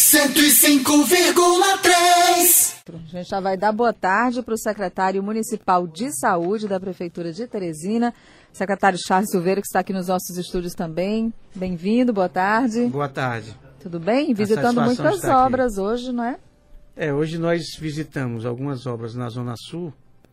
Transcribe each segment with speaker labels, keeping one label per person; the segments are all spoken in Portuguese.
Speaker 1: 105,3.
Speaker 2: A gente já vai dar boa tarde para o secretário municipal de saúde da Prefeitura de Teresina, secretário Charles Silveira, que está aqui nos nossos estúdios também. Bem-vindo, boa tarde.
Speaker 3: Boa tarde.
Speaker 2: Tudo bem? Visitando muitas obras hoje, não é?
Speaker 3: Hoje nós visitamos algumas obras na Zona Sul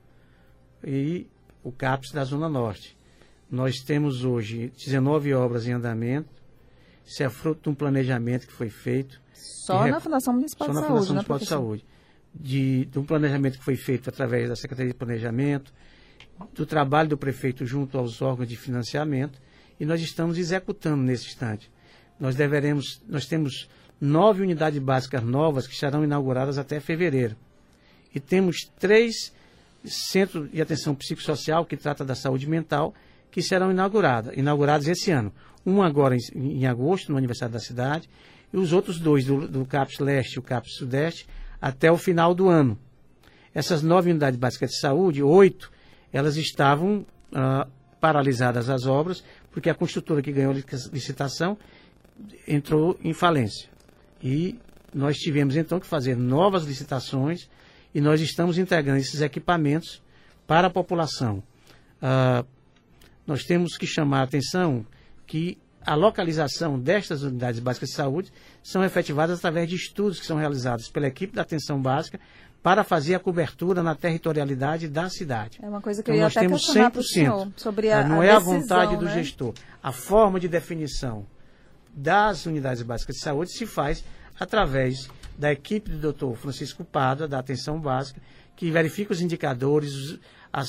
Speaker 3: e o CAPS da Zona Norte. Nós temos hoje 19 obras em andamento. Isso é fruto de um planejamento que foi feito.
Speaker 2: Só na Fundação Municipal de Saúde. Só na Fundação
Speaker 3: Municipal de Saúde. De um planejamento que foi feito através da Secretaria de Planejamento, do trabalho do prefeito junto aos órgãos de financiamento, e nós estamos executando nesse instante. Nós temos 9 unidades básicas novas que serão inauguradas até fevereiro. E temos 3 centros de atenção psicossocial que trata da saúde mental que serão inaugurados esse ano. Um agora em agosto, no aniversário da cidade, e os outros 2 do CAPS Leste e o CAPS Sudeste até o final do ano. Essas 9 unidades básicas de saúde, 8, elas estavam paralisadas as obras, porque a construtora que ganhou a licitação entrou em falência. E nós tivemos então que fazer novas licitações e nós estamos entregando esses equipamentos para a população. Nós temos que chamar a atenção que a localização destas unidades básicas de saúde são efetivadas através de estudos que são realizados pela equipe da atenção básica para fazer a cobertura na territorialidade da cidade.
Speaker 2: É uma coisa que eu ia até questionar para o senhor sobre a
Speaker 3: Não é
Speaker 2: decisão,
Speaker 3: a vontade do
Speaker 2: né?
Speaker 3: gestor. A forma de definição das unidades básicas de saúde se faz através da equipe do Dr. Francisco Pada, da atenção básica, que verifica os indicadores,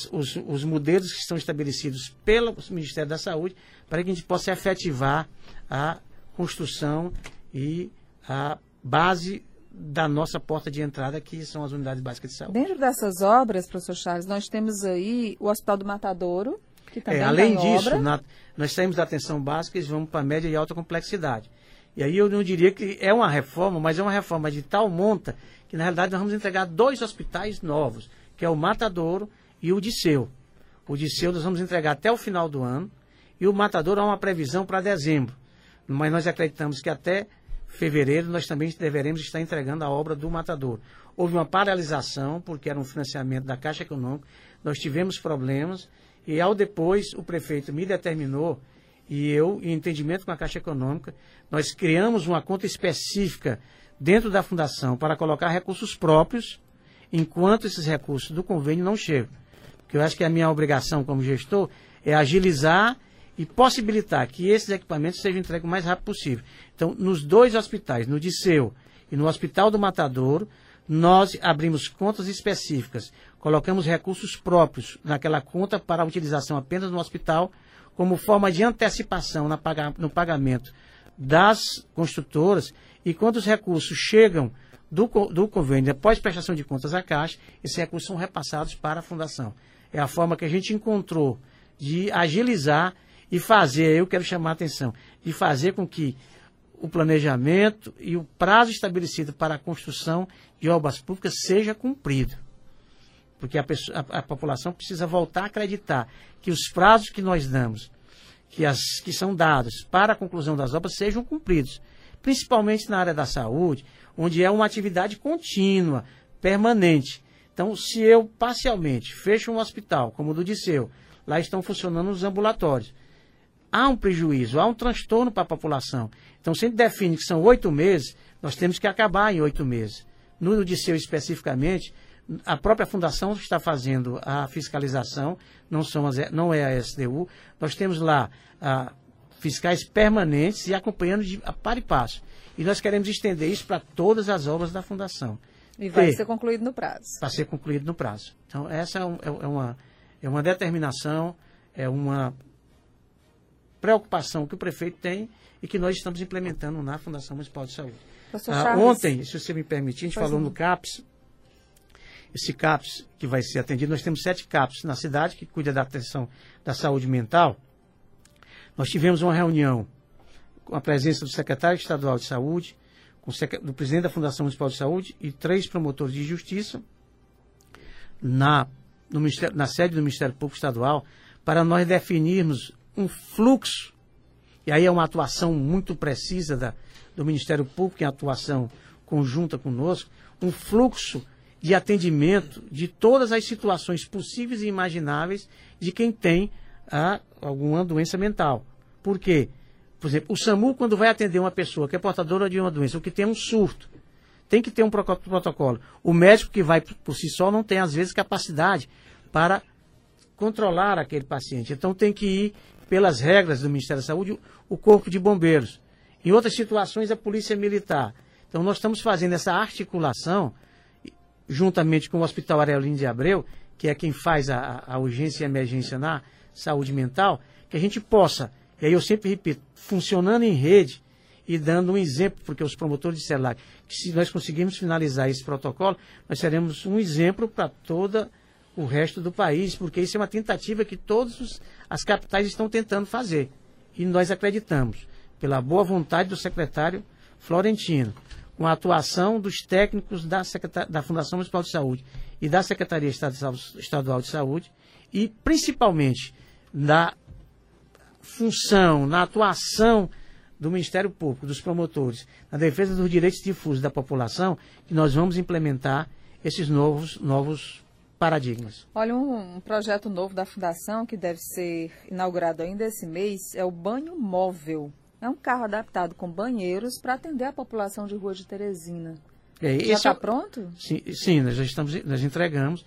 Speaker 3: os modelos que estão estabelecidos pelo Ministério da Saúde, para que a gente possa efetivar a construção e a base da nossa porta de entrada, que são as unidades básicas de saúde.
Speaker 2: Dentro dessas obras, professor Charles, nós temos aí o Hospital do Matadouro, que também
Speaker 3: além
Speaker 2: está em
Speaker 3: disso,
Speaker 2: obra.
Speaker 3: nós saímos da atenção básica e vamos para a média e alta complexidade. E aí eu não diria que é uma reforma, mas é uma reforma de tal monta que, na realidade, nós vamos entregar 2 hospitais novos, que é o Matadouro e o Disseu. O Disseu nós vamos entregar até o final do ano e o Matadouro há uma previsão para dezembro. Mas nós acreditamos que até fevereiro nós também deveremos estar entregando a obra do Matadouro. Houve uma paralisação, porque era um financiamento da Caixa Econômica, nós tivemos problemas e ao depois o prefeito me determinou e eu, em entendimento com a Caixa Econômica, nós criamos uma conta específica dentro da fundação para colocar recursos próprios enquanto esses recursos do convênio não chegam. Porque eu acho que a minha obrigação como gestor é agilizar e possibilitar que esses equipamentos sejam entregues o mais rápido possível. Então, nos 2 hospitais, no Disseu e no Hospital do Matadouro, nós abrimos contas específicas, colocamos recursos próprios naquela conta para a utilização apenas no hospital, como forma de antecipação no pagamento das construtoras, e quando os recursos chegam do convênio, após prestação de contas à Caixa, esses recursos são repassados para a Fundação. É a forma que a gente encontrou de agilizar e fazer, eu quero chamar a atenção, de fazer com que o planejamento e o prazo estabelecido para a construção de obras públicas seja cumprido. Porque a população precisa voltar a acreditar que os prazos que nós damos, que são dados para a conclusão das obras, sejam cumpridos. Principalmente na área da saúde, onde é uma atividade contínua, permanente. Então, se eu parcialmente fecho um hospital, como o do Disseu, lá estão funcionando os ambulatórios. Há um prejuízo, há um transtorno para a população. Então, se a gente define que são 8 meses, nós temos que acabar em 8 meses. No Disseu, especificamente, a própria Fundação está fazendo a fiscalização, não é a SDU. Nós temos lá fiscais permanentes e acompanhando a par e passo. E nós queremos estender isso para todas as obras da Fundação.
Speaker 2: E vai ser concluído no prazo.
Speaker 3: Vai ser concluído no prazo. Então, essa é uma determinação, é uma preocupação que o prefeito tem e que nós estamos implementando na Fundação Municipal de Saúde. Ontem, se você me permitir, a gente falou no CAPS. Esse CAPS que vai ser atendido, nós temos 7 CAPS na cidade que cuida da atenção da saúde mental. Nós tivemos uma reunião com a presença do secretário estadual de saúde, do presidente da Fundação Municipal de Saúde e 3 promotores de justiça na sede do Ministério Público Estadual, para nós definirmos um fluxo, e aí é uma atuação muito precisa do Ministério Público, em atuação conjunta conosco, um fluxo de atendimento de todas as situações possíveis e imagináveis de quem tem alguma doença mental. Por quê? Por exemplo, o SAMU, quando vai atender uma pessoa que é portadora de uma doença, ou que tem um surto, tem que ter um protocolo. O médico que vai por si só não tem, às vezes, capacidade para controlar aquele paciente. Então tem que ir, pelas regras do Ministério da Saúde, o Corpo de Bombeiros. Em outras situações, a Polícia Militar. Então nós estamos fazendo essa articulação, juntamente com o Hospital Aurelino de Abreu, que é quem faz a urgência e emergência na saúde mental, que a gente possa, e aí eu sempre repito, funcionando em rede e dando um exemplo, porque os promotores disseram lá que se nós conseguirmos finalizar esse protocolo, nós seremos um exemplo para todo o resto do país, porque isso é uma tentativa que todas as capitais estão tentando fazer. E nós acreditamos, pela boa vontade do secretário Florentino, com a atuação dos técnicos da Fundação Municipal de Saúde e da Secretaria Estadual de Saúde, e principalmente na função, na atuação do Ministério Público, dos promotores, na defesa dos direitos difusos da população, que nós vamos implementar esses novos paradigmas.
Speaker 2: Olha, um projeto novo da Fundação, que deve ser inaugurado ainda esse mês, é o Banho Móvel. É um carro adaptado com banheiros para atender a população de Rua de Teresina. Já está pronto?
Speaker 3: Sim, nós entregamos.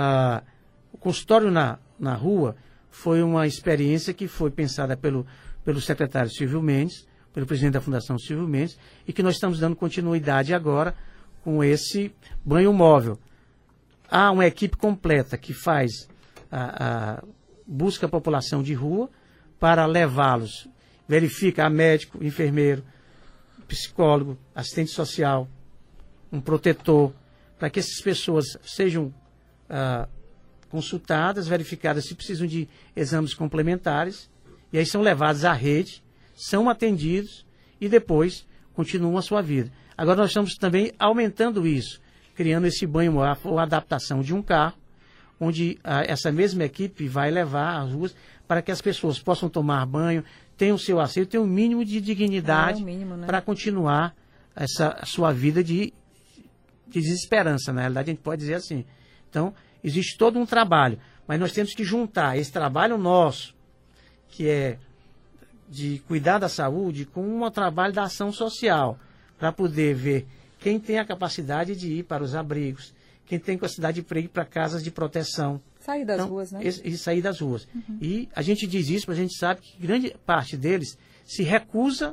Speaker 3: O consultório na rua foi uma experiência que foi pensada pelo secretário Silvio Mendes, pelo presidente da Fundação Silvio Mendes, e que nós estamos dando continuidade agora com esse banho móvel. Há uma equipe completa que faz busca a população de rua para levá-los, verifica médico, enfermeiro, psicólogo, assistente social, um protetor, para que essas pessoas sejam consultadas, verificadas se precisam de exames complementares, e aí são levados à rede, são atendidos e depois continuam a sua vida. Agora nós estamos também aumentando isso, criando esse banho móvel, ou adaptação de um carro, onde essa mesma equipe vai levar às ruas para que as pessoas possam tomar banho, tenham seu asseio, tenham um mínimo de dignidade para continuar essa sua vida de desesperança. Na realidade, a gente pode dizer assim. Então, existe todo um trabalho, mas nós temos que juntar esse trabalho nosso, que é de cuidar da saúde, com o trabalho da ação social, para poder ver quem tem a capacidade de ir para os abrigos, quem tem capacidade de ir para casas de proteção.
Speaker 2: Sair das ruas, né?
Speaker 3: E sair das ruas. Uhum. E a gente diz isso, mas a gente sabe que grande parte deles se recusa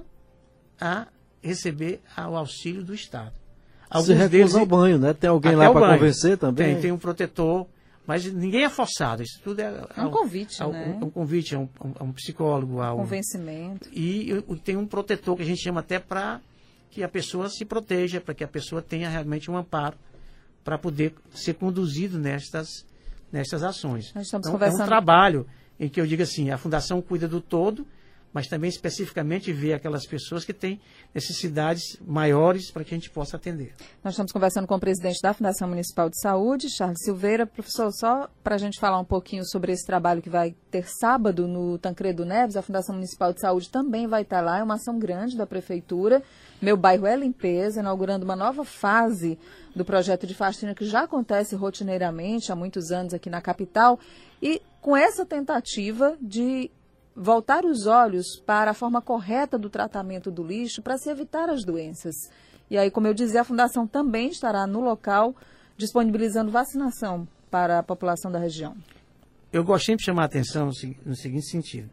Speaker 3: a receber o auxílio do Estado.
Speaker 4: Se recusa ao banho, né? Tem alguém lá para convencer também?
Speaker 3: Tem um protetor, mas ninguém é forçado. Isso tudo é
Speaker 2: um convite, né?
Speaker 3: Um convite, um psicólogo.
Speaker 2: Convencimento.
Speaker 3: E tem um protetor que a gente chama até para que a pessoa se proteja, para que a pessoa tenha realmente um amparo para poder ser conduzido nestas ações. Então, é um trabalho em que eu digo assim, a Fundação cuida do todo, mas também especificamente vê aquelas pessoas que têm necessidades maiores para que a gente possa atender.
Speaker 2: Nós estamos conversando com o presidente da Fundação Municipal de Saúde, Charles Silveira. Professor, só para a gente falar um pouquinho sobre esse trabalho que vai ter sábado no Tancredo Neves, a Fundação Municipal de Saúde também vai estar lá, é uma ação grande da Prefeitura. Meu Bairro é Limpeza, inaugurando uma nova fase do projeto de faxina que já acontece rotineiramente há muitos anos aqui na capital, e com essa tentativa de voltar os olhos para a forma correta do tratamento do lixo para se evitar as doenças. E aí, como eu dizia, a Fundação também estará no local disponibilizando vacinação para a população da região.
Speaker 3: Eu gosto sempre de chamar a atenção no seguinte sentido.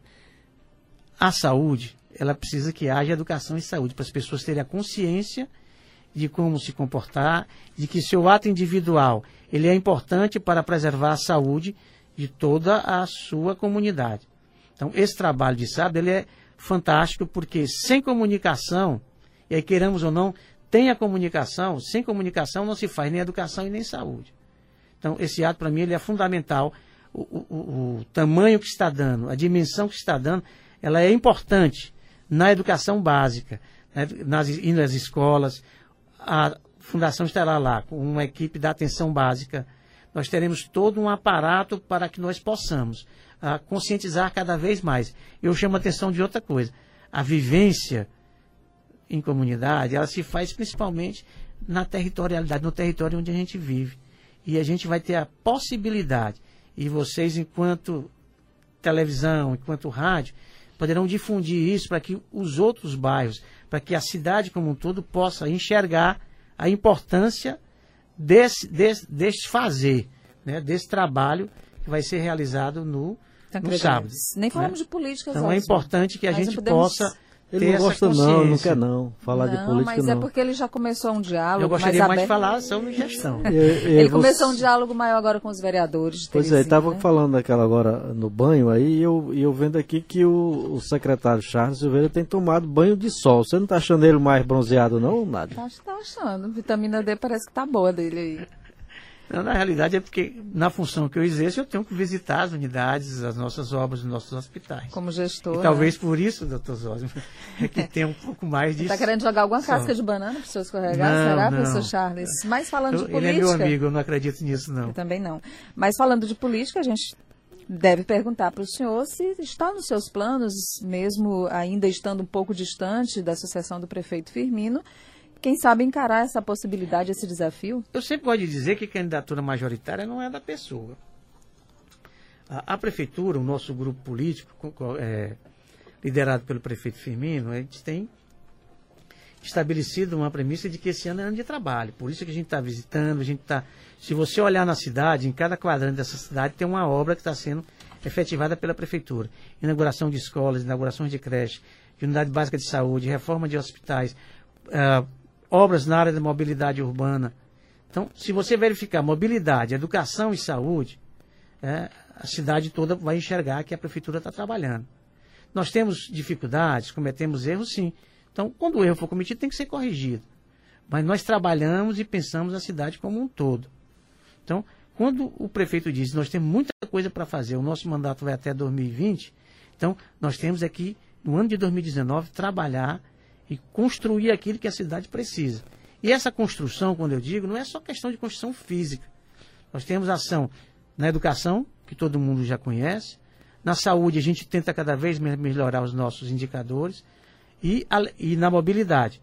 Speaker 3: A saúde, ela precisa que haja educação em saúde, para as pessoas terem a consciência de como se comportar, de que seu ato individual ele é importante para preservar a saúde de toda a sua comunidade. Então, esse trabalho de sábado ele é fantástico, porque sem comunicação, e aí queiramos ou não, tem a comunicação, sem comunicação não se faz nem educação e nem saúde. Então, esse ato para mim ele é fundamental, o tamanho que está dando, a dimensão que está dando, ela é importante na educação básica, né, indo às escolas. A Fundação estará lá com uma equipe da atenção básica. Nós teremos todo um aparato para que nós possamos conscientizar cada vez mais. Eu chamo a atenção de outra coisa. A vivência em comunidade, ela se faz principalmente na territorialidade, no território onde a gente vive. E a gente vai ter a possibilidade, e vocês, enquanto televisão, enquanto rádio, poderão difundir isso para que os outros bairros, para que a cidade como um todo possa enxergar a importância desse fazer, né, desse trabalho que vai ser realizado no sábado.
Speaker 2: Nem falamos de política.
Speaker 3: Então é importante que a gente possa
Speaker 4: Ele não gosta não quer não falar de política
Speaker 2: mas é porque ele já começou um diálogo.
Speaker 3: Eu gostaria mais de falar sobre gestão.
Speaker 2: Ele começou um diálogo maior agora com os vereadores.
Speaker 4: Pois é, estava falando daquela agora no banho aí, e eu vendo aqui que o secretário Charles Silveira tem tomado banho de sol. Você não está achando ele mais bronzeado não, Nádia?
Speaker 2: Tá achando. Vitamina D parece que tá boa dele aí.
Speaker 3: Não, na realidade é porque, na função que eu exerço, eu tenho que visitar as unidades, as nossas obras, os nossos hospitais.
Speaker 2: Como gestor.
Speaker 3: E talvez por isso, doutor Zósimo, é que tem um pouco mais disso.
Speaker 2: Está querendo jogar alguma casca de banana para o senhor escorregar? Será, professor Charles? Mas falando de política...
Speaker 3: Ele é meu amigo, eu não acredito nisso, não.
Speaker 2: Eu também não. Mas falando de política, a gente deve perguntar para o senhor se está nos seus planos, mesmo ainda estando um pouco distante da sucessão do prefeito Firmino, quem sabe encarar essa possibilidade, esse desafio?
Speaker 3: Eu sempre gosto de dizer que candidatura majoritária não é da pessoa. A prefeitura, o nosso grupo político, liderado pelo prefeito Firmino, a gente tem estabelecido uma premissa de que esse ano é ano de trabalho. Por isso que a gente está visitando, se você olhar na cidade, em cada quadrante dessa cidade tem uma obra que está sendo efetivada pela prefeitura. Inauguração de escolas, inaugurações de creche, de unidade básica de saúde, reforma de hospitais, obras na área da mobilidade urbana. Então, se você verificar mobilidade, educação e saúde, a cidade toda vai enxergar que a prefeitura está trabalhando. Nós temos dificuldades, cometemos erros, sim. Então, quando o erro for cometido, tem que ser corrigido. Mas nós trabalhamos e pensamos a cidade como um todo. Então, quando o prefeito diz, nós temos muita coisa para fazer, o nosso mandato vai até 2020, então, nós temos aqui, no ano de 2019, trabalhar e construir aquilo que a cidade precisa. E essa construção, quando eu digo, não é só questão de construção física. Nós temos ação na educação, que todo mundo já conhece. Na saúde, a gente tenta cada vez melhorar os nossos indicadores. E na mobilidade.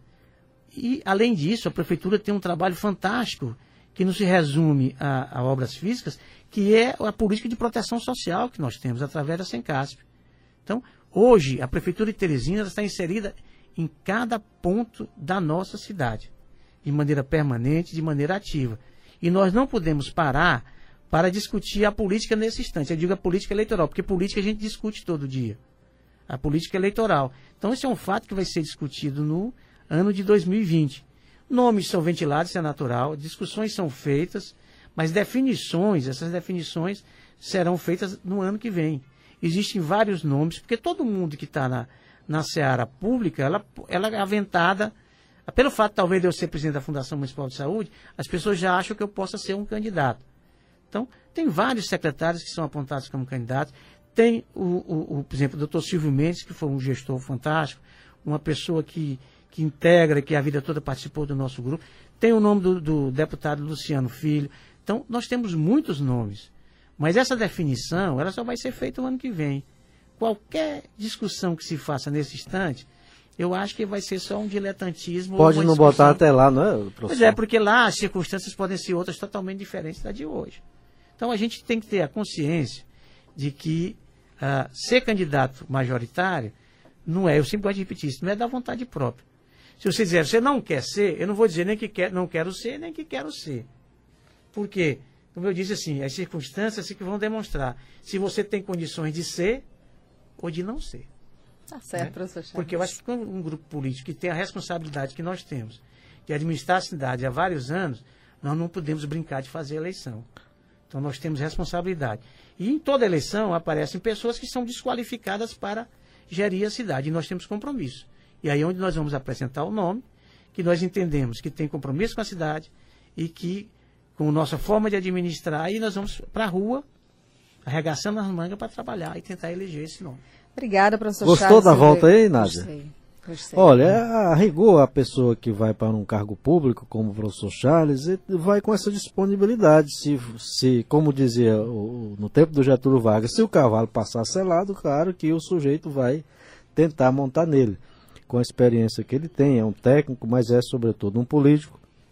Speaker 3: E, além disso, a prefeitura tem um trabalho fantástico, que não se resume a obras físicas, que é a política de proteção social que nós temos, através da Sencasp. Então, hoje, a prefeitura de Teresina está inserida em cada ponto da nossa cidade, de maneira permanente, de maneira ativa. E nós não podemos parar para discutir a política nesse instante. Eu digo a política eleitoral, porque política a gente discute todo dia. A política eleitoral. Então, esse é um fato que vai ser discutido no ano de 2020. Nomes são ventilados, isso é natural, discussões são feitas, mas essas definições serão feitas no ano que vem. Existem vários nomes, porque todo mundo que está na seara pública, ela é aventada, pelo fato talvez de eu ser presidente da Fundação Municipal de Saúde, as pessoas já acham que eu possa ser um candidato. Então, tem vários secretários que são apontados como candidatos. Tem, por exemplo, o doutor Silvio Mendes, que foi um gestor fantástico, uma pessoa que integra, que a vida toda participou do nosso grupo. Tem o nome do deputado Luciano Filho. Então, nós temos muitos nomes. Mas essa definição, ela só vai ser feita no ano que vem. Qualquer discussão que se faça nesse instante, eu acho que vai ser só um diletantismo.
Speaker 4: Pode não botar até lá, não é, professor?
Speaker 3: Pois é, porque lá as circunstâncias podem ser outras totalmente diferentes da de hoje. Então, a gente tem que ter a consciência de que ser candidato majoritário não é, eu sempre gosto de repetir isso, não é da vontade própria. Se você dizer, você não quer ser, eu não vou dizer nem que não quero ser, nem que quero ser. Por quê? Como eu disse assim, as circunstâncias que vão demonstrar se você tem condições de ser ou de não ser.
Speaker 2: Tá certo, professor Charles.
Speaker 3: Porque eu acho que um grupo político que tem a responsabilidade que nós temos de administrar a cidade há vários anos, nós não podemos brincar de fazer eleição. Então nós temos responsabilidade. E em toda eleição aparecem pessoas que são desqualificadas para gerir a cidade. E nós temos compromisso. E aí é onde nós vamos apresentar o nome, que nós entendemos que tem compromisso com a cidade e que, com nossa forma de administrar, aí nós vamos para a rua, arregaçando as mangas para trabalhar e tentar eleger esse nome.
Speaker 2: Obrigada, professor
Speaker 4: Gostou
Speaker 2: Charles.
Speaker 4: Da volta aí, Nádia?
Speaker 2: Gostei.
Speaker 4: Olha, a rigor, a pessoa que vai para um cargo público, como o professor Charles, vai com essa disponibilidade. Se como dizia no tempo do Getúlio Vargas, se o cavalo passar selado, claro que o sujeito vai tentar montar nele. Com a experiência que ele tem, é um técnico, mas é sobretudo um político.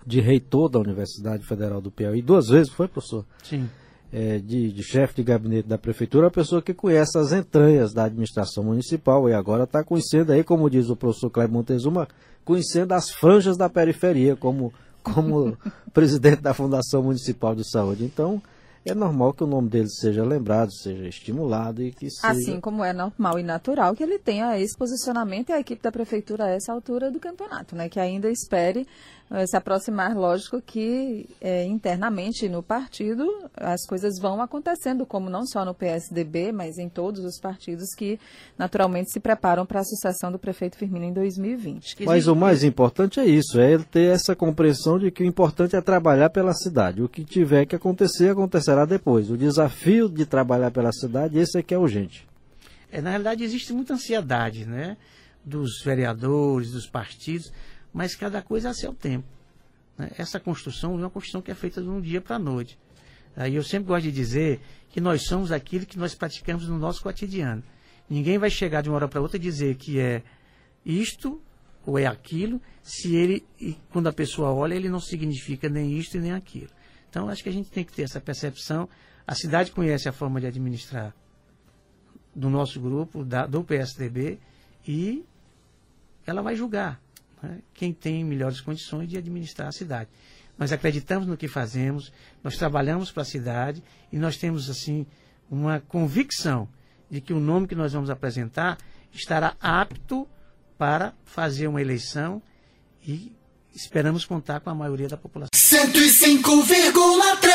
Speaker 4: de reitor da Universidade Federal do Piauí, 2 vezes, foi, professor?
Speaker 3: Sim.
Speaker 4: De chefe de gabinete da prefeitura, a pessoa que conhece as entranhas da administração municipal e agora está conhecendo aí, como diz o professor Cleber Montezuma, conhecendo as franjas da periferia, como presidente da Fundação Municipal de Saúde. Então, é normal que o nome dele seja lembrado, seja estimulado e que seja...
Speaker 2: Assim como é normal e natural que ele tenha esse posicionamento e a equipe da prefeitura a essa altura do campeonato, né? Que ainda espere se aproximar, lógico que internamente no partido as coisas vão acontecendo, como não só no PSDB, mas em todos os partidos que naturalmente se preparam para a sucessão do prefeito Firmino em 2020.
Speaker 4: Mas o mais importante é isso, é ele ter essa compreensão de que o importante é trabalhar pela cidade. O que tiver que acontecer, acontecerá depois. O desafio de trabalhar pela cidade, esse é que é urgente.
Speaker 3: Na realidade, existe muita ansiedade, né, dos vereadores, dos partidos, mas cada coisa a seu tempo. Essa construção não é uma construção que é feita de um dia para a noite. E eu sempre gosto de dizer que nós somos aquilo que nós praticamos no nosso cotidiano. Ninguém vai chegar de uma hora para outra e dizer que é isto ou é aquilo, quando a pessoa olha, ele não significa nem isto e nem aquilo. Então, acho que a gente tem que ter essa percepção. A cidade conhece a forma de administrar do nosso grupo, do PSDB, e ela vai julgar quem tem melhores condições de administrar a cidade. Nós acreditamos no que fazemos, nós trabalhamos para a cidade e nós temos assim uma convicção de que o nome que nós vamos apresentar estará apto para fazer uma eleição e esperamos contar com a maioria da população.
Speaker 1: 105,3